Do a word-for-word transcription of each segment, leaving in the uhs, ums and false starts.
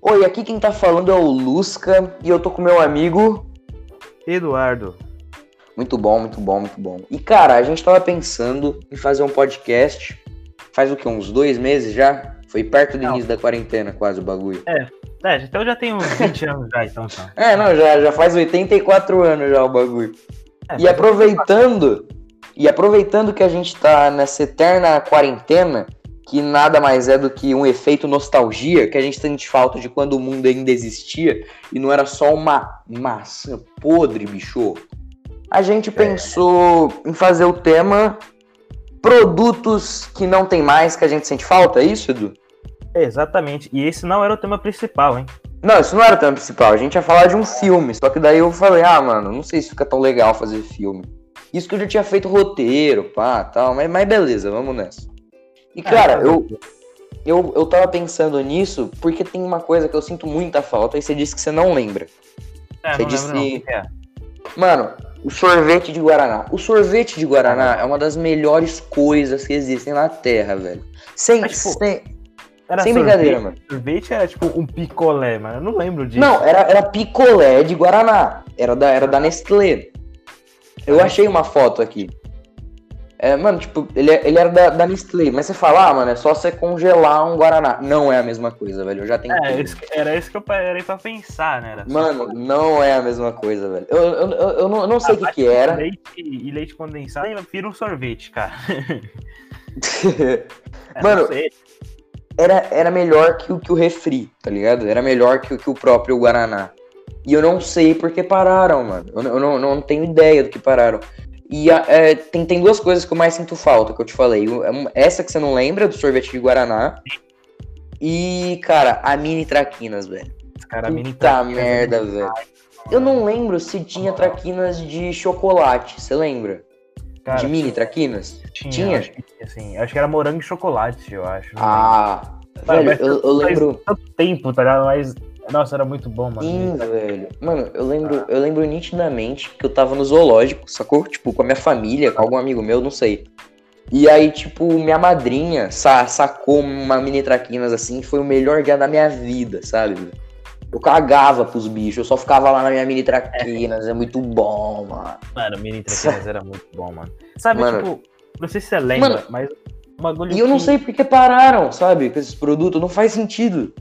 Oi, aqui quem tá falando é o Lusca e eu tô com meu amigo Eduardo. Muito bom, muito bom, muito bom. E cara, a gente tava pensando em fazer um podcast faz o que, uns dois meses já? Foi perto do Não. início da quarentena quase o bagulho. É, é, então eu já tenho uns vinte anos já, então tá. É, não, já, já faz oitenta e quatro anos já o bagulho. É, E aproveitando, e aproveitando que a gente tá nessa eterna quarentena, que nada mais é do que um efeito nostalgia, que a gente sente falta de quando o mundo ainda existia e não era só uma maçã podre, bicho. A gente pensou é. em fazer o tema produtos que não tem mais, que a gente sente falta, é isso, Edu? Exatamente, e esse não era o tema principal, hein? Não, isso não era o tema principal, a gente ia falar de um filme, só que daí eu falei, ah, mano, não sei se fica tão legal fazer filme. Isso que eu já tinha feito roteiro, pá, tal, mas, mas beleza, vamos nessa. E, cara, é, eu, eu, eu tava pensando nisso porque tem uma coisa que eu sinto muita falta e você disse que você não lembra. É, você não disse... lembro não. É. Mano, o sorvete de Guaraná. O sorvete de Guaraná é uma das melhores coisas que existem na Terra, velho. Sem, Mas, tipo, sem, era sem sorvete, brincadeira, mano. Sorvete era tipo um picolé, mano. Eu não lembro disso. Não, era, era picolé de Guaraná. Era da, era da Nestlé. Eu achei uma foto aqui. É, mano, tipo, ele, ele era da, da Nestlé, mas você fala, ah, mano, é só você congelar um Guaraná. Não é a mesma coisa, velho, eu já tenho... É, isso, era isso que eu parei pra pensar, né? Era mano, só... não é a mesma coisa, velho. Eu, eu, eu, eu não, eu não sei o ah, que que era. Leite e leite condensado, vira um sorvete, cara. é, mano, era, era melhor que o, que o refri, tá ligado? Era melhor que, que o próprio Guaraná. E eu não sei por que pararam, mano. Eu, eu não, não tenho ideia do que pararam. E é, tem, tem duas coisas que eu mais sinto falta, que eu te falei. Essa que você não lembra, do sorvete de Guaraná. E, cara, a mini traquinas, velho. Cara, a mini traquinas. Puta merda, é velho. Eu não lembro se tinha traquinas de chocolate, você lembra? Cara, de mini traquinas? Tinha? Tinha? Acho que, assim, acho que era morango e chocolate, eu acho. Ah, velho, mas, eu, eu lembro... Faz tanto tempo, tá ligado? Mas... Nossa, era muito bom, mano. Sim, velho. Mano, eu lembro, ah. eu lembro nitidamente que eu tava no zoológico, sacou? Tipo, com a minha família, com algum amigo meu, não sei. E aí, tipo, minha madrinha sa- sacou uma mini traquinas assim, foi o melhor dia da minha vida, sabe? Eu cagava pros bichos, eu só ficava lá na minha mini traquinas, é, é muito bom, mano. Mano, mini traquinas era muito bom, mano. Sabe, mano, tipo, não sei se você lembra, mano, mas o bagulho E eu que... não sei por que pararam, sabe? Com esses produtos, não faz sentido.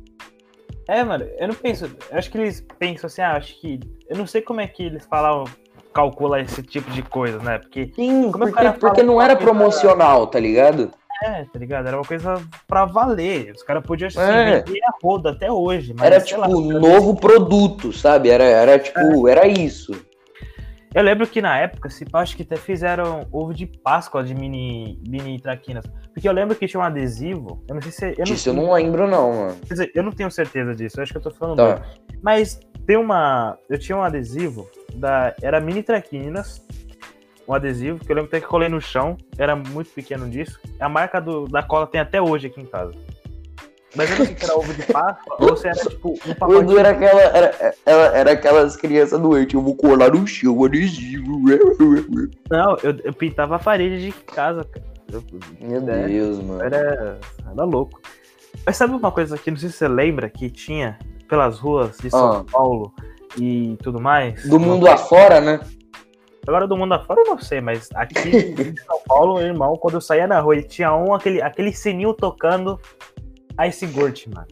É, mano, eu não penso, eu acho que eles pensam assim, ah, acho que, eu não sei como é que eles falam, calculam esse tipo de coisa, né, porque... Sim, porque, porque não era promocional, tá ligado? É, tá ligado, era uma coisa pra valer, os caras podiam, assim, é. vender a roda até hoje, mas... Era, tipo, lá, novo produto, sabe, era, era tipo, é. era isso. Eu lembro que na época, se acho que até fizeram ovo de Páscoa de mini, mini traquinas. Porque eu lembro que tinha um adesivo. Eu não sei se. Eu Disso não, eu não lembro, não, mano. Quer dizer, eu não tenho certeza disso. Eu acho que eu tô falando tá. bem. Mas tem uma. Eu tinha um adesivo da. Era mini traquinas. Um adesivo que eu lembro até que colei no chão. Era muito pequeno disso. A marca do, da cola tem até hoje aqui em casa. Mas eu não sei se era ovo de Páscoa ou se era tipo um pacotinho. O Edu era, aquela, era, era, era aquelas crianças doentes, eu vou colar no chão o adesivo. Não, eu, eu pintava a parede de casa, cara. Eu, Meu é, Deus, mano. Era, era louco. Mas sabe uma coisa que não sei se você lembra que tinha pelas ruas de São ah. Paulo e tudo mais? Do mundo afora, né? Agora do mundo afora eu não sei, mas aqui em São Paulo, irmão, quando eu saía na rua e tinha um, aquele, aquele sininho tocando. Ice Gurt, mano.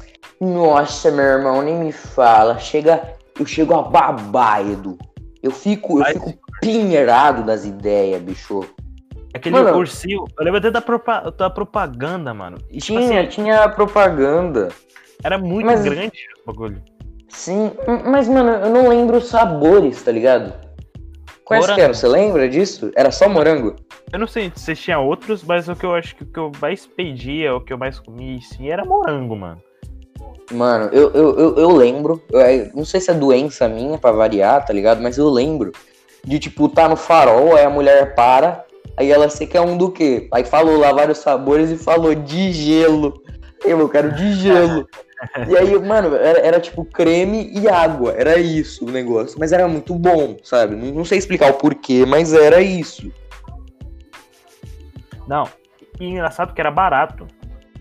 Nossa, meu irmão, nem me fala. Chega, eu chego a babar, Edu. Eu fico, eu fico pinheirado das ideias, bicho. Aquele mano, ursinho. Eu lembro até da, propa, da propaganda, mano. E, tinha, tipo assim, tinha propaganda. Era muito mas, grande o bagulho. Sim, mas, mano, eu não lembro os sabores, tá ligado? Quais que eram? Você lembra disso? Era só morango? Eu não sei se tinha outros, mas o que eu acho que o que eu mais pedia, o que eu mais comia, sim, era morango, mano. Mano, eu, eu, eu, eu lembro, eu, não sei se é doença minha pra variar, tá ligado? Mas eu lembro de, tipo, tá no farol, aí a mulher para, aí ela sei que é um do quê? Aí falou lá vários sabores e falou de gelo. Eu, eu quero de gelo. E aí, mano, era, era tipo creme e água, era isso o negócio. Mas era muito bom, sabe? Não, não sei explicar o porquê, mas era isso. Não, e engraçado que era barato.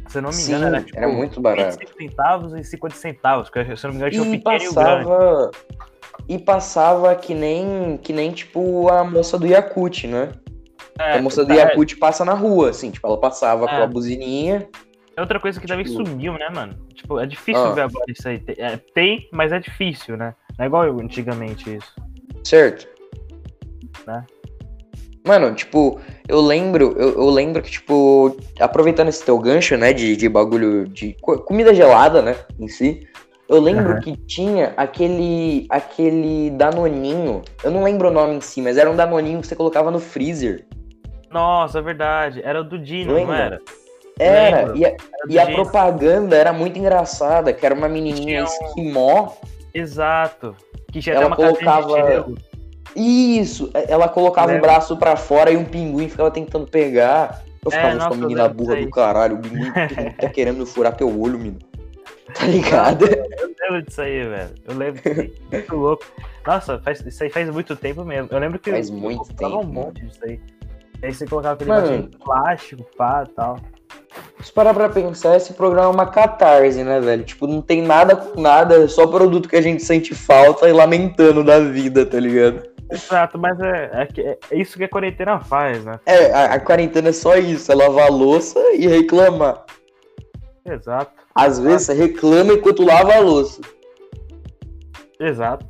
Se eu não me Sim, engano, era tipo era muito barato. vinte e cinco centavos e cinquenta centavos, que se eu não me engano tinha o E pequeno e o grande. passava. E passava que nem, que nem, tipo, a moça do Yakult, né? É, Que a moça do tá, Yakult passa na rua, assim, tipo, ela passava É. com a buzininha. é outra coisa que também tipo- sumiu, né, mano? Tipo, é difícil Ah. ver agora isso aí. Tem, é, tem, mas é difícil, né? Não é igual eu, antigamente isso. Certo? Né? Mano, tipo, eu lembro, eu, eu lembro que, tipo, aproveitando esse teu gancho, né, de, de bagulho de co- comida gelada, né, em si, eu lembro Aham. que tinha aquele, aquele danoninho, eu não lembro o nome em si, mas era um danoninho que você colocava no freezer. Nossa, é verdade. Era o do Dino, não Lembra? era? Era, Lembro. e a, Era do e a Dino. propaganda era muito engraçada, que era uma menininha Tinha um- esquimó, Exato. Que tinha Ela até uma casinha de colocava- gelo. isso, ela colocava o Lembra? braço pra fora e um pinguim ficava tentando pegar. Eu É, ficava, nossa, sua eu menina lembro burra disso do aí. caralho, o pinguim, o pinguim tá querendo furar teu olho, menino. Tá ligado? Eu lembro disso aí, velho. Eu lembro disso aí. Muito louco. Nossa, faz, isso aí faz muito tempo mesmo. Eu lembro que Faz eu muito comprava tempo, um monte disso aí. Aí você colocava aquele Mano. negocinho de plástico, pá e tal. Se parar pra pensar, esse programa é uma catarse, né, velho? Tipo, não tem nada com nada, é só produto que a gente sente falta e lamentando da vida, tá ligado? Exato, mas é, é, que- é isso que a quarentena faz, né? É, a, a quarentena é só isso, é lavar a louça e reclamar. Exato, Às vezes você reclama enquanto lava a louça. exato.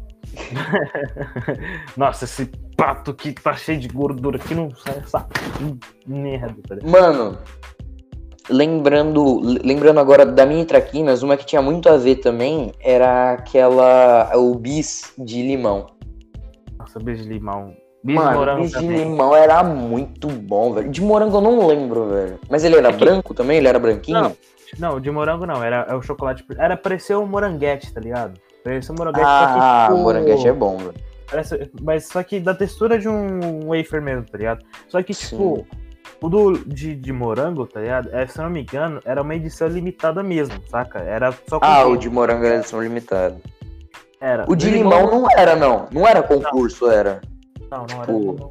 Nossa, esse prato aqui que tá cheio de gordura aqui não sai essa merda, tá ligado? Mano, lembrando, lembrando agora da mini traquinas, uma que tinha muito a ver também era aquela, o bis de limão. Nossa, beijo de limão. Bis de Mano, morango bis de também. limão era muito bom, velho. De morango eu não lembro, velho. Mas ele era É que- branco também? Ele era branquinho? Não, não, de morango não, era é o chocolate. Era parecer um moranguete, tá ligado? Parecia um moranguete, Ah, só que tipo, moranguete é bom, velho. parece- mas só que da textura de um wafer mesmo, tá ligado? Só que, tipo, Sim. o do, de, de morango, tá ligado? É, se eu não me engano, era uma edição limitada mesmo, saca? Era só com Ah, gelo. o de morango era edição limitada. Era. O de limão não era, não. Não era concurso, era. Não, não era tipo- de limão.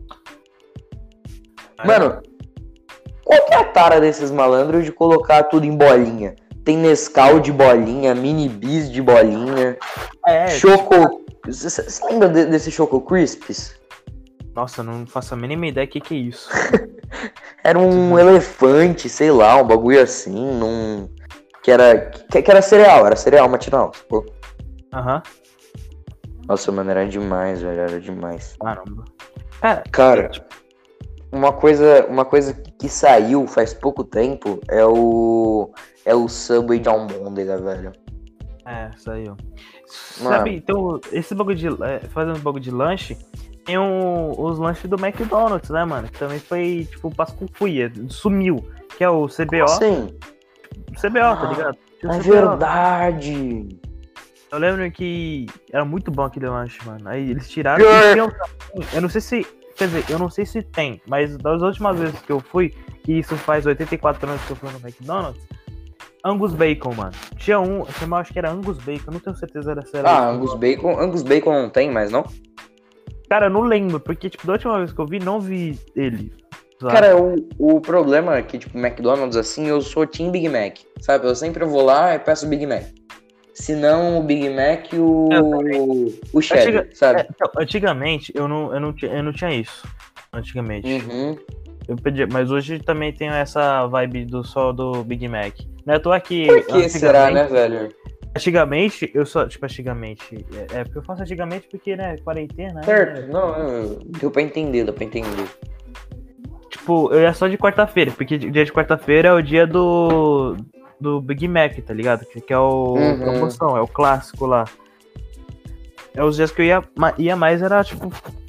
Mano, qual que é a tara desses malandros de colocar tudo em bolinha? Tem Nescau de bolinha, mini bis de bolinha, É, Choco... Você lembra de- desse Choco Crisps? nossa, não faço a mínima ideia do que, que é isso. Era um elefante, sei lá, um bagulho assim, num... Que era, que, que era cereal, era cereal matinal. Pô. Aham, Nossa, mano, era demais, velho, era demais. caramba. Cara, Cara, uma coisa, uma coisa que saiu faz pouco tempo é o... É o Subway de almôndega, velho. é, saiu. Mano. Sabe, então, esse bagulho de. É, fazendo bagulho de lanche, tem um, os lanches do McDonald's, né, mano? Que também foi, tipo, passo com cuia, sumiu. Que é o C B O. Sim, C B O, tá ligado? Tinha o é C B O. verdade. Eu lembro que era muito bom aquele lanche, mano. Aí eles tiraram. Pior. E tinha um também, eu não sei se. Quer dizer, eu não sei se tem, mas das últimas vezes que eu fui, que isso faz oitenta e quatro anos que eu fui no McDonald's, Angus Bacon, mano. Tinha um, eu acho que era Angus Bacon, não tenho certeza se era Ah, esse. Angus Bacon, Angus Bacon não tem mais, não? Cara, eu não lembro, porque, tipo, da última vez que eu vi, não vi ele. sabe? Cara, o, o problema é que, tipo, McDonald's, assim, eu sou Team Big Mac, sabe? Eu sempre vou lá e peço o Big Mac. Se não o Big Mac e o, Eu o cheddar, Antiga- sabe? É, então, antigamente, eu não, eu, não tinha, eu não tinha isso. Antigamente. Uhum. Eu pedia, mas hoje também tenho essa vibe do só do Big Mac. Não é à toa que. Por que será, né, velho? Antigamente, eu só. Tipo, antigamente. É, é porque eu faço antigamente porque, né, quarentena. Certo, né? não, eu- deu pra entender, deu pra entender. Tipo, eu ia só de quarta-feira, porque dia de quarta-feira é o dia do. Do Big Mac, tá ligado? Que, que é o Uhum. promoção, é o clássico lá. É os dias que eu ia, ma- ia mais, era tipo.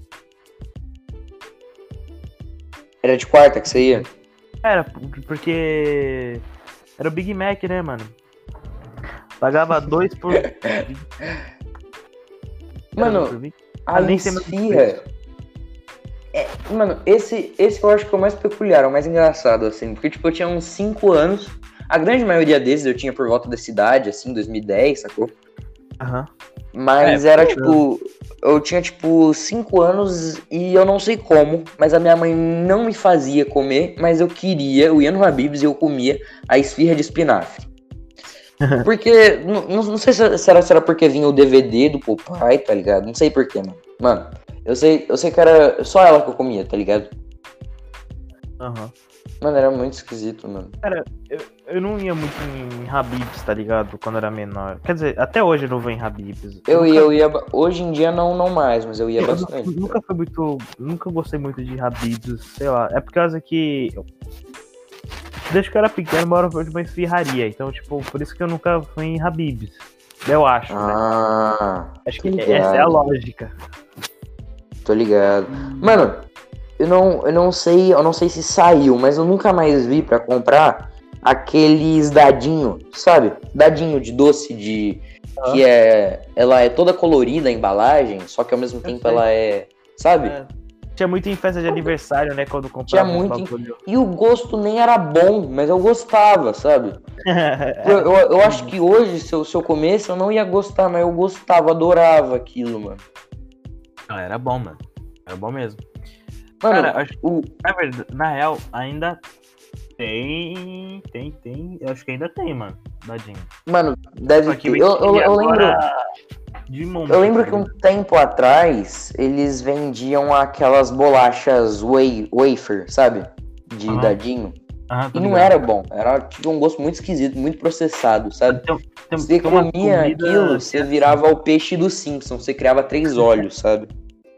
Era de quarta que você ia? Era, porque. Era o Big Mac, né, mano? Pagava dois por. Mano, por vinte. a nem sei mais o esfirra... É, mano, esse, esse eu acho que é o mais peculiar, é o mais engraçado, assim. Porque, tipo, eu tinha uns cinco anos. A grande maioria desses eu tinha por volta da cidade, assim, dois mil e dez, sacou? Aham. Mas É, era pô, tipo. Eu tinha tipo cinco anos e eu não sei como, mas a minha mãe não me fazia comer, mas eu queria, eu ia no Habib's e eu comia a esfirra de espinafre. Porque, não, não não sei se era, se era se era porque vinha o D V D do Popeye, tá ligado? Não sei porquê, mano. Mano, eu sei, eu sei que era só ela que eu comia, tá ligado? Aham. Mano, era muito esquisito, mano. Cara, eu, eu não ia muito em Habib's, tá ligado? Quando era menor. Quer dizer, até hoje eu não vou em Habib's. Eu nunca, ia, eu ia. ba- Hoje em dia não, não mais, mas eu ia eu bastante. nu- nunca fui muito. Nunca gostei muito de Habib's, sei lá. É por causa que. eu- Desde que eu era pequeno, eu morava de uma esfirraria. Então, tipo, por isso que eu nunca fui em Habib's. Eu acho, né? Ah, Acho tô que essa é a ligado, lógica. tô ligado. Mano, eu não, eu não sei, eu não sei se saiu, mas eu nunca mais vi pra comprar aqueles dadinho, sabe? Dadinho de doce de que é, ela é toda colorida a embalagem, só que ao mesmo tempo sei. ela é, sabe? É, tinha muito em festa de aniversário, né? Quando Tinha comprava os muito em- bagulho. E o gosto nem era bom, mas eu gostava, sabe? Eu, eu, eu acho que hoje, se eu, se eu comesse, eu não ia gostar, mas eu gostava, adorava aquilo, mano. Ah, era bom, mano. Era bom mesmo. Mano, Cara, acho o, Na verdade, na real, ainda tem. Tem, tem. Eu acho que ainda tem, mano. Dadinho. mano, deve Só que ter. Eu, eu, eu lembro. agora de monte, Eu lembro tá que um ligado? tempo atrás eles vendiam aquelas bolachas wa- wafer, sabe? De Aham. dadinho. Aham, tô E não ligado. era bom. Era tipo um gosto muito esquisito, muito processado, sabe? Tem, tem, Você tem uma comia comida aquilo, que é você assim. virava o peixe do Simpson, você criava três olhos, sabe?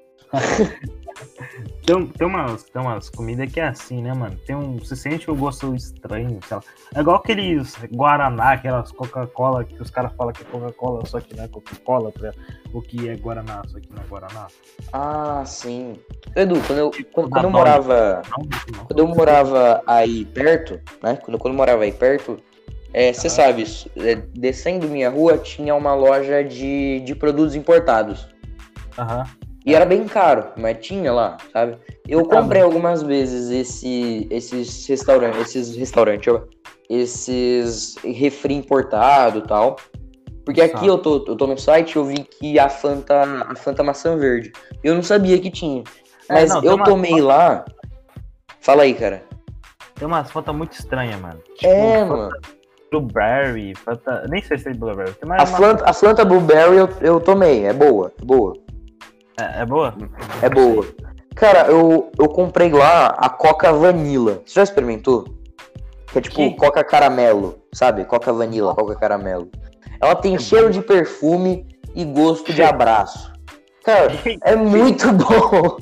Tem, tem, umas, tem umas comidas que é assim, né, mano? Tem um, você sente o gosto estranho, sei lá. É igual aqueles Guaraná, aquelas Coca-Cola que os caras falam que é Coca-Cola, só que não é Coca-Cola, tá ligado? O que é Guaraná, só que não é Guaraná. Ah, sim. Edu, quando eu, quando, da quando eu Dolly. morava. Não, não. Quando eu morava aí perto, né? Quando, quando eu morava aí perto, é, você Ah. sabe, isso, é, descendo minha rua tinha uma loja de, de produtos importados. Aham. E era bem caro, mas tinha lá, sabe? Eu Tá, comprei algumas vezes esse, esses restaurantes, esses restaurantes, ó, esses refri importado e tal. Porque aqui Sabe. eu tô, eu tô no site e eu vi que a Fanta, a Fanta maçã verde. Eu não sabia que tinha. É, Mas não, tem eu uma- tomei lá. Fala aí, cara. Tem umas fotos muito estranhas, mano. Tipo, É, Fanta mano. Blueberry, Fanta... Nem sei se tem Blueberry. Tem mais A uma- Fanta, a Fanta Blueberry eu, eu tomei, é boa, é boa, É, é boa? é boa. Cara, eu, eu comprei lá a Coca Vanilla. Você já experimentou? Que é tipo Que? Coca Caramelo, sabe? Coca Vanilla, Coca Caramelo. Ela tem cheiro de perfume e gosto de abraço. Cara, é muito bom.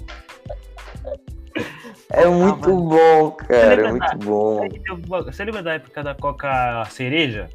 É muito bom, cara, é muito bom. Você lembra da época da Coca cereja?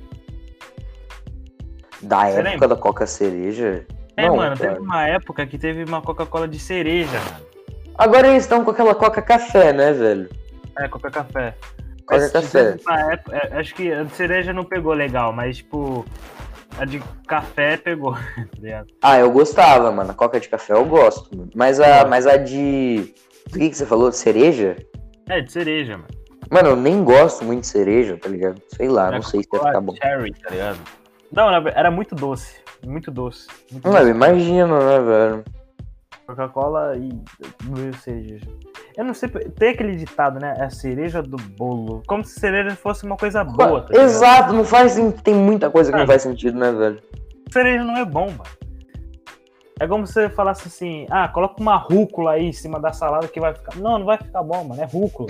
Da Você época lembra? da Coca Cereja? É, Não, mano, cara. teve uma época que teve uma Coca-Cola de cereja, mano. Agora eles estão com aquela Coca Café, né, velho? É, Coca Café. Coca Mas Café. teve uma época, é, acho que a de cereja não pegou legal, mas tipo, a de café pegou. tá ligado? Ah, eu gostava, mano. A Coca de café eu gosto, mano. Mas a, mas a de. Do que, que você falou? Cereja? É, de cereja, mano. Mano, eu nem gosto muito de cereja, tá ligado? Sei lá, Era não sei se vai Coca-Cola ficar bom. Cherry, tá ligado? Não, era, era muito doce. Muito doce. Muito Não, eu doce. imagino, né, velho? Coca-Cola e meio cereja. Eu não sei, tem aquele ditado, né? É a cereja do bolo. Como se cereja fosse uma coisa boa, tá ligado? Exato, não faz sentido. Tem muita coisa que não Ah, faz sentido, né, velho? Cereja não é bom, mano. É como se você falasse assim, ah, coloca uma rúcula aí em cima da salada que vai ficar... Não, não vai ficar bom, mano, é rúcula.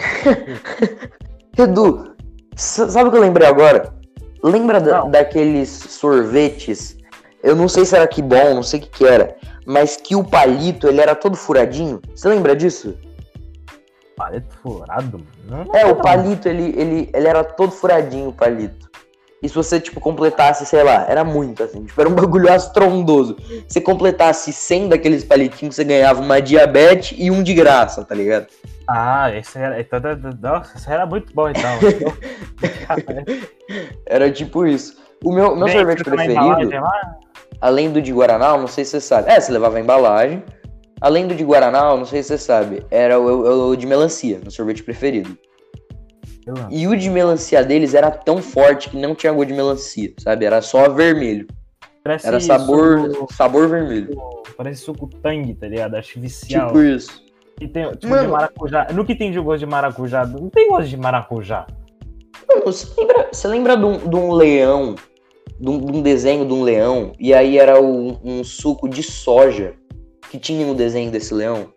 Edu, s- sabe o que eu lembrei agora? Lembra da- Não. daqueles sorvetes? Eu não sei se era que bom, não sei o que que era. Mas que o palito, ele era todo furadinho. Você lembra disso? Palito furado, mano. Não, não É, o não. palito, ele, ele, ele era todo furadinho, o palito. E se você, tipo, completasse, sei lá, era muito, assim, tipo, era um bagulho astrondoso. Se você completasse cem daqueles palitinhos, você ganhava uma diabetes e um de graça, tá ligado? Ah, esse era... Então, nossa, esse era muito bom, então. Era tipo isso. O meu, meu Vem sorvete escrito na preferido, embalagem lá? além do de Guaraná, eu não sei se você sabe. É, você levava a embalagem. Além do de Guaraná, eu não sei se você sabe, era o, o- o de melancia, meu sorvete preferido. E o de melancia deles era tão forte que não tinha gosto de melancia, sabe? Era só vermelho. Parece Era sabor, suco, sabor vermelho. parece suco Tang, tá ligado? Artificial. Tipo isso. E tem, tipo, Mano, de maracujá. Eu nunca entendi o gosto de maracujá. Não tem gosto de maracujá. mano, você lembra, você lembra de um, de um leão, de um, de um desenho de um leão, e aí era um, um suco de soja que tinha no desenho desse leão?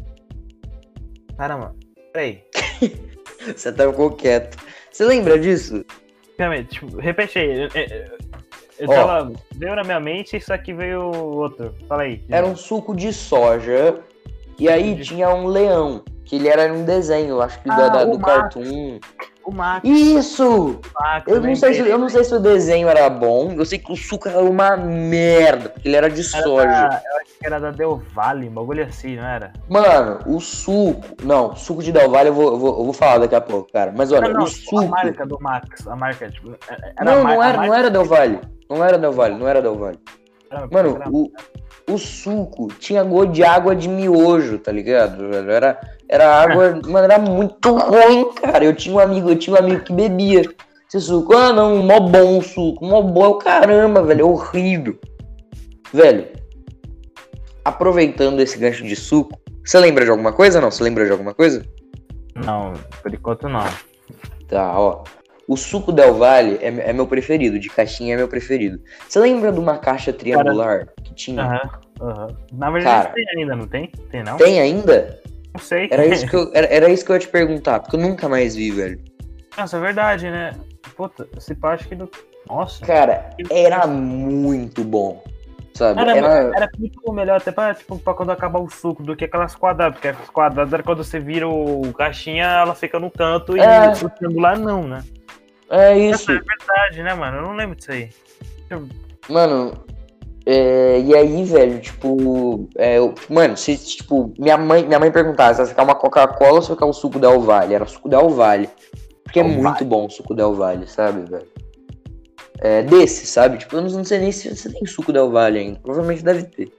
Caramba, peraí. Você até ficou quieto. Você lembra disso? Realmente, tipo, repete aí. Eu, eu, eu Ó. tava. Veio na minha mente e isso aqui veio outro. Fala aí. Era um suco de soja, e aí de- tinha um leão, que ele era um desenho, acho que Ah, da, da- o do Max. Cartoon. O Max. Isso! o Max Eu não, sei se, lembrei. eu não sei se o desenho era bom, eu sei que o suco era uma merda, porque ele era de Era soja. da- eu acho que era da Del Valle, um bagulho assim, não era? Mano, o suco. Não, suco de Del Valle eu vou, eu vou, eu vou falar daqui a pouco, cara. Mas olha, Ah, não, o tipo, suco. a marca do Max. A marca, tipo. Era Não, a mar- não a era, não marca- era Del Valle. Não era Del Valle, não era Del Valle. era- Mano, era- o, o suco tinha gosto de água de miojo, tá ligado? velho? Era, era água. Mano, era muito ruim, cara. Eu tinha um amigo, eu tinha um amigo que bebia esse suco. Ah, não, mó bom o suco, mó bom. Eu, caramba, velho, é horrível. Velho, aproveitando esse gancho de suco, você lembra de alguma coisa? Não? Você lembra de alguma coisa? Não, por enquanto não. Tá, ó. O suco Del Valle é, é meu preferido, de caixinha é meu preferido. Você lembra de uma caixa triangular que tinha? Aham, aham. Na verdade, Cara. tem ainda, não tem? Tem não? Tem ainda? Não sei. Era isso, que eu, era, era isso que eu ia te perguntar, porque eu nunca mais vi, velho. Nossa, é verdade, né? Puta, esse pá acho que do. Nossa. Cara, era muito bom, sabe? Era, Era, era muito melhor até pra, tipo, pra quando acabar o suco do que aquelas quadradas, porque as quadradas era quando você vira o caixinha, ela fica no canto e É. o triangular não, né? é isso. É verdade, né, mano? Eu não lembro disso aí. Mano, é, e aí, velho, tipo, é, eu- mano, se, tipo, minha mãe, minha mãe perguntava se ela ficar uma Coca-Cola ou se ficar um suco Del Valle. Era suco Del Valle. Porque é Del muito bom o suco Del Valle, sabe, velho? É desse, sabe? Tipo, eu não sei nem se você tem suco Del Valle ainda. Provavelmente deve ter.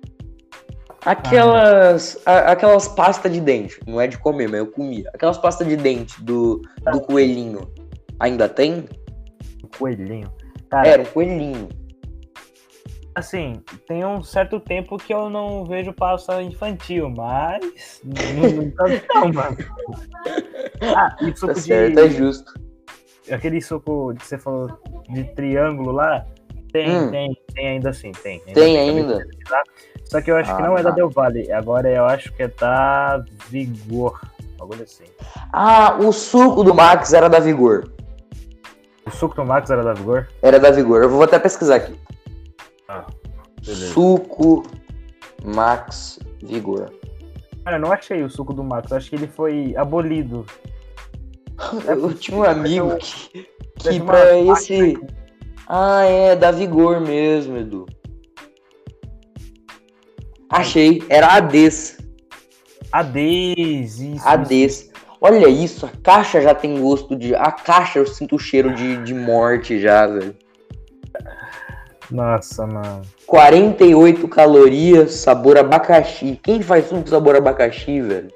Aquelas. a- aquelas pastas de dente. Não é de comer, mas eu comia. Aquelas pastas de dente do, do coelhinho. Ainda tem? Coelhinho. Cara, Era um coelhinho. assim, tem um certo tempo que eu não vejo pasta infantil, mas. Não, não, não, mano. Ah, e suco Tá certo, de. é justo. Aquele suco que você falou de triângulo lá. Tem, Hum. tem, tem ainda assim, tem. Tem ainda? Só que eu acho que Ah, não é da tá. Del Valle. Agora eu acho que é da Vigor. Bagulho assim. Ah, o suco do Max era da Vigor. O suco do Max era da Vigor? Era da Vigor. Eu vou até pesquisar aqui. Ah, beleza. Suco Max Vigor. Cara, eu não achei o suco do Max. Eu acho que ele foi abolido. Eu tinha um amigo que, que Teve uma pra parte, esse. Ah, é, da Vigor mesmo, Edu. Achei, era a Ades. Ades, isso. Ades. Olha isso, a caixa já tem gosto de. A caixa eu sinto o cheiro de, de morte já, velho. Nossa, mano. quarenta e oito calorias, sabor abacaxi. Quem faz suco sabor abacaxi, velho?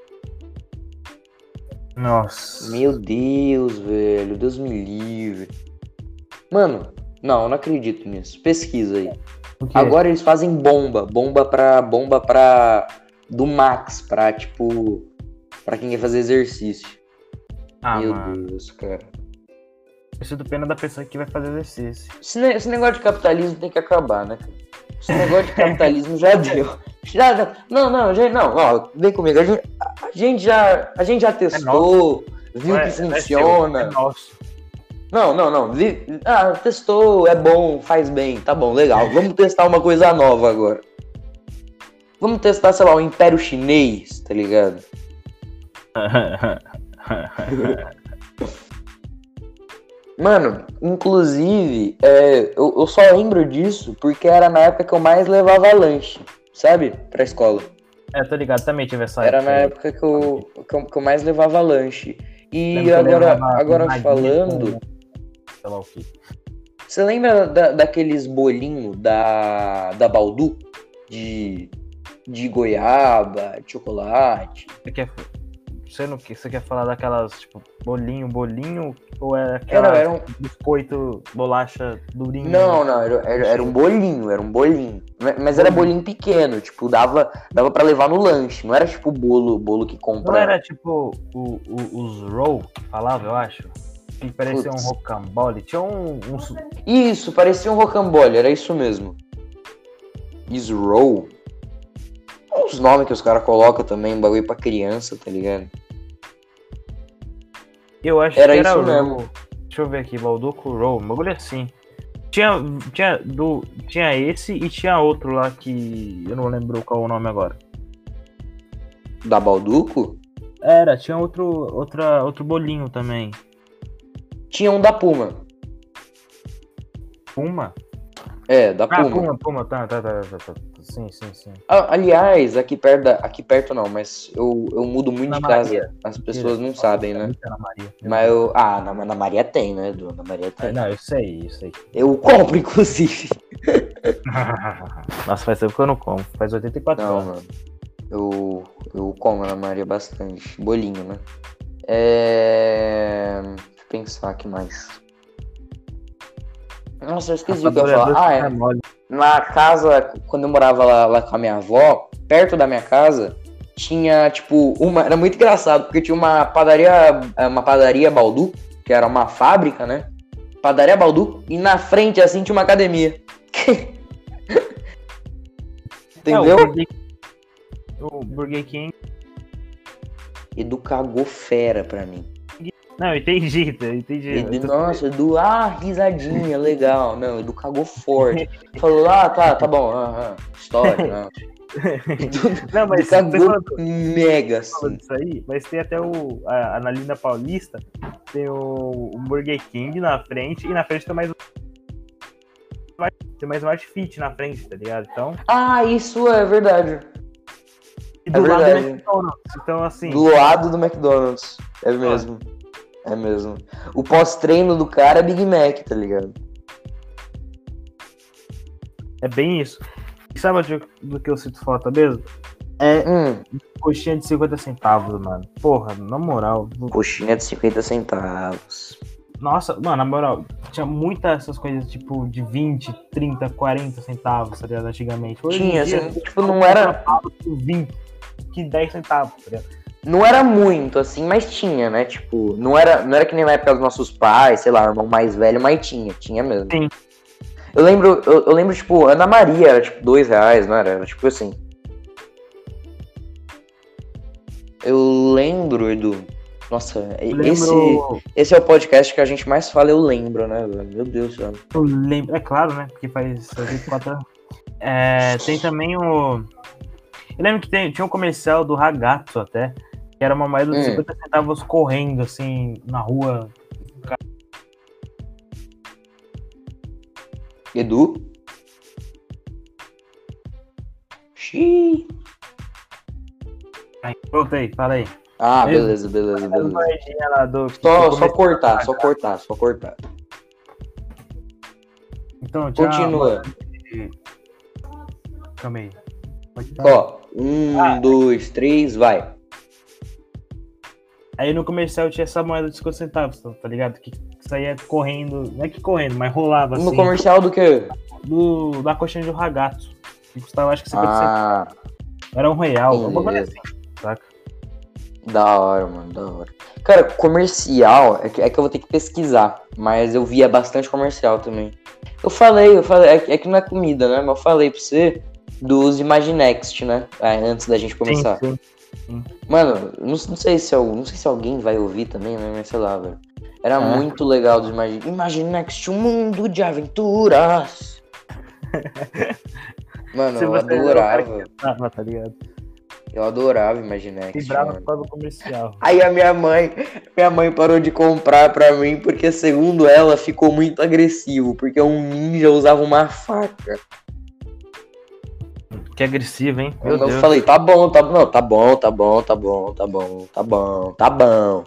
Nossa. Meu Deus, velho. Deus me livre. Mano, não, eu não acredito nisso. Pesquisa aí. O quê? Agora eles fazem bomba. Bomba pra. Bomba pra. Do Max, pra tipo. Pra quem quer fazer exercício. Ah, Meu mano. Deus, cara. Eu sinto pena da pessoa que vai fazer exercício. Esse, ne- esse negócio de capitalismo tem que acabar, né, cara? Esse negócio de capitalismo já deu. Já, já- não, não, já, não, ó, vem comigo. A gente, a gente já, a gente já testou, viu É- que é seu, funciona. é nosso. Não, não, não. vi- ah, testou, é bom, faz bem, tá bom, legal. Vamos testar uma coisa nova agora. Vamos testar, sei lá, o Império Chinês, tá ligado? Mano, inclusive, é, eu, eu só lembro disso porque era na época que eu mais levava lanche, sabe? Pra escola. É, tô ligado, também tive essa Era época na aí. época que eu, que eu, que eu mais levava lanche. E Lembro que eu agora, levava agora maguinha falando, com- sei lá o quê. você lembra da, daqueles bolinhos da, da Baldu? De, de goiaba, de chocolate? Você quer Você não você quer falar daquelas, tipo, bolinho, bolinho? Ou é aquela Era, era um... biscoito, bolacha durinho? Não, não, era, era, era um bolinho, era um bolinho. Mas era bolinho pequeno, tipo, dava, dava pra levar no lanche. Não era tipo bolo, bolo que compra. Não era tipo o, o, os roll que falava, eu acho? Que parecia Putz. um rocambole. Tinha um, um... Isso, parecia um rocambole, era isso mesmo. Is roll? Os nomes que os caras colocam também, bagulho pra criança, tá ligado? Eu acho era que era isso o mesmo. Roll. Deixa eu ver aqui, Balduco Roll, um bagulho assim. Tinha, tinha, do, tinha esse e tinha outro lá que eu não lembro qual é o nome agora. Da Balduco? Era, tinha outro, outra, outro bolinho também. Tinha um da Puma. Puma? É, da ah, Puma. Puma, Puma, tá, tá, tá, tá, tá. Sim, sim, sim. Ah, aliás, aqui perto, da, aqui perto não, mas eu, eu mudo muito na de Maria. casa. As pessoas não sabem, né? Na Maria. Mas eu. Ah, na, na Maria tem, né, Edu? Na Maria tem. Não, eu sei, eu sei. Eu compro, inclusive. Nossa, faz tempo que eu não como. Faz oitenta e quatro não, anos. mano. Eu, eu como na Maria bastante. Bolinho, né? É. Deixa eu pensar aqui mais. Nossa, eu esqueci o que eu ia falar. Ah, é. Na casa, quando eu morava lá, lá com a minha avó, perto da minha casa, tinha, tipo, uma... Era muito engraçado, porque tinha uma padaria, uma padaria Baldu, que era uma fábrica, né? Padaria Baldu, e na frente, assim, tinha uma academia. Entendeu? É, o, Burger... o Burger King... Edu cagou fera pra mim. Não, entendi, entendi. Edu, nossa, Edu, ah, risadinha, legal. Não, Edu cagou forte. Falou, ah, tá, tá bom, ah, ah, história, não. Edu, não, mas Edu cagou falando, mega, assim. Isso aí, mas tem até o, a, na Linda Paulista, tem o, o Burger King na frente, e na frente tem mais tem mais Smart Fit na frente, tá ligado? Então... Ah, isso é verdade. E do é lado verdade. do McDonald's, então assim... Do lado do McDonald's, é mesmo. Ah. É mesmo. O pós-treino do cara é Big Mac, tá ligado? É bem isso. E sabe do, do que eu sinto falta mesmo? É hum. coxinha de cinquenta centavos, mano. Porra, na moral. Coxinha de cinquenta centavos. Nossa, mano, na moral, tinha muitas essas coisas, tipo, de vinte, trinta, quarenta centavos, tá ligado? Antigamente. Hoje tinha, dia, assim, tipo, não era... vinte, que dez centavos, tá ligado? Não era muito, assim, mas tinha, né? Tipo, não era, não era que nem na época dos nossos pais, sei lá, irmão mais velho, mas tinha, tinha mesmo. Sim. Eu lembro, eu, eu lembro, tipo, Ana Maria era, tipo, dois reais, não era? Era, tipo, assim. Eu lembro, Edu. Nossa, eu esse, lembro... esse é o podcast que a gente mais fala, eu lembro, né, velho? Meu Deus do céu. Eu lembro, é claro, né? Porque faz vinte e quatro anos. É, tem também o... Eu lembro que tem, tinha um comercial do Ragazzo até, que era uma moeda de hum. cinquenta centavos correndo, assim, na rua. Edu? Xiii. Aí, voltei, fala aí. Ah, beleza, beleza, beleza. Lá do, só, só cortar, só cortar, só cortar. Então, tchau. Continua. Calma aí. Ó, um, ah, dois, três, vai. Aí no comercial tinha essa moeda de cinquenta centavos, tá ligado? Que saía correndo, não é que correndo, mas rolava assim. No comercial do quê? Do, da coxinha de Ragazzo. Que custava acho que cinquenta ah, centavos. Era um real, alguma coisa assim, saca? Da hora, mano, da hora. Cara, comercial, é que, é que eu vou ter que pesquisar, mas eu via bastante comercial também. Eu falei, eu falei, é, é que não é comida, né? Mas eu falei pra você dos Imaginext, né? Ah, antes da gente começar. Sim, sim, sim. Mano, não, não, sei se eu, não sei se alguém vai ouvir também, né? Mas sei lá, velho. Era é. muito legal dos Imagine... Imaginext, um mundo de aventuras. Mano, eu adorava. Tava, tá ligado? Eu adorava Imaginext. Vibrava para o comercial. Aí a minha mãe, minha mãe parou de comprar pra mim porque, segundo ela, ficou muito agressivo. Porque um ninja usava uma faca. Que agressivo, hein? Meu eu Deus. falei, tá bom, tá bom, não, tá bom, tá bom, tá bom, tá bom, tá bom, tá bom.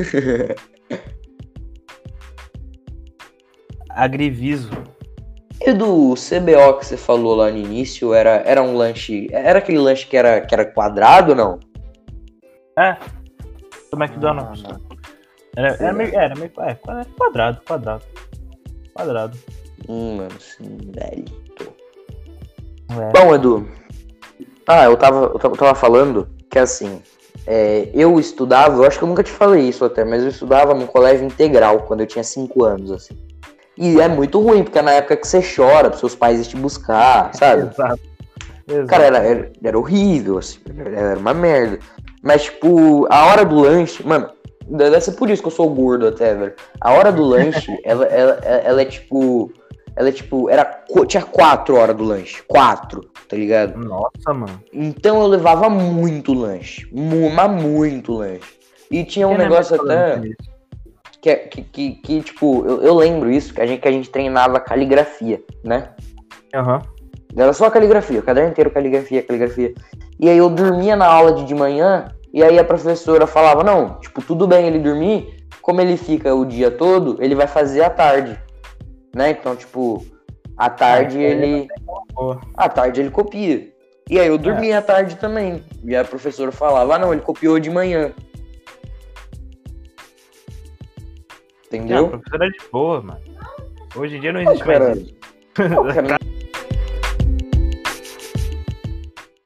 Agriviso. E do C B O que você falou lá no início, era, era um lanche, era aquele lanche que era, que era quadrado ou não? É. do McDonald's. Ah, era, era, meio, era meio. É, quadrado, quadrado. Quadrado. Hum, mano, sim, velho. É. Bom, Edu. Ah, eu tava, eu tava falando que assim. É, eu estudava, eu acho que eu nunca te falei isso até, mas eu estudava num colégio integral quando eu tinha cinco anos, assim. E é muito ruim, porque é na época que você chora pros seus pais ir te buscar, sabe? Exato. Exato. Cara, era, era, era horrível, assim, era uma merda. Mas, tipo, a hora do lanche, mano, deve ser por isso que eu sou gordo até, velho. A hora do lanche, ela, ela, ela é tipo. Ela é tipo. Era, tinha quatro horas do lanche. Quatro, tá ligado? Nossa, mano. Então eu levava muito lanche. Mas muito lanche. E tinha um que negócio até. Que, que, que, que, tipo, eu, eu lembro isso, que a, gente, que a gente treinava caligrafia, né? Aham. Uhum. Era só caligrafia, o caderno inteiro caligrafia, caligrafia. E aí eu dormia na aula de, de manhã, e aí a professora falava, não, tipo, tudo bem ele dormir, como ele fica o dia todo, ele vai fazer à tarde. Né? Então, tipo, à tarde ah, ele... À tarde ele copia. E aí eu dormia é. à tarde também. E a professora falava, ah, não, ele copiou de manhã. Entendeu? Ah, a professora é de boa, mano. Hoje em dia não existe oh, mais isso.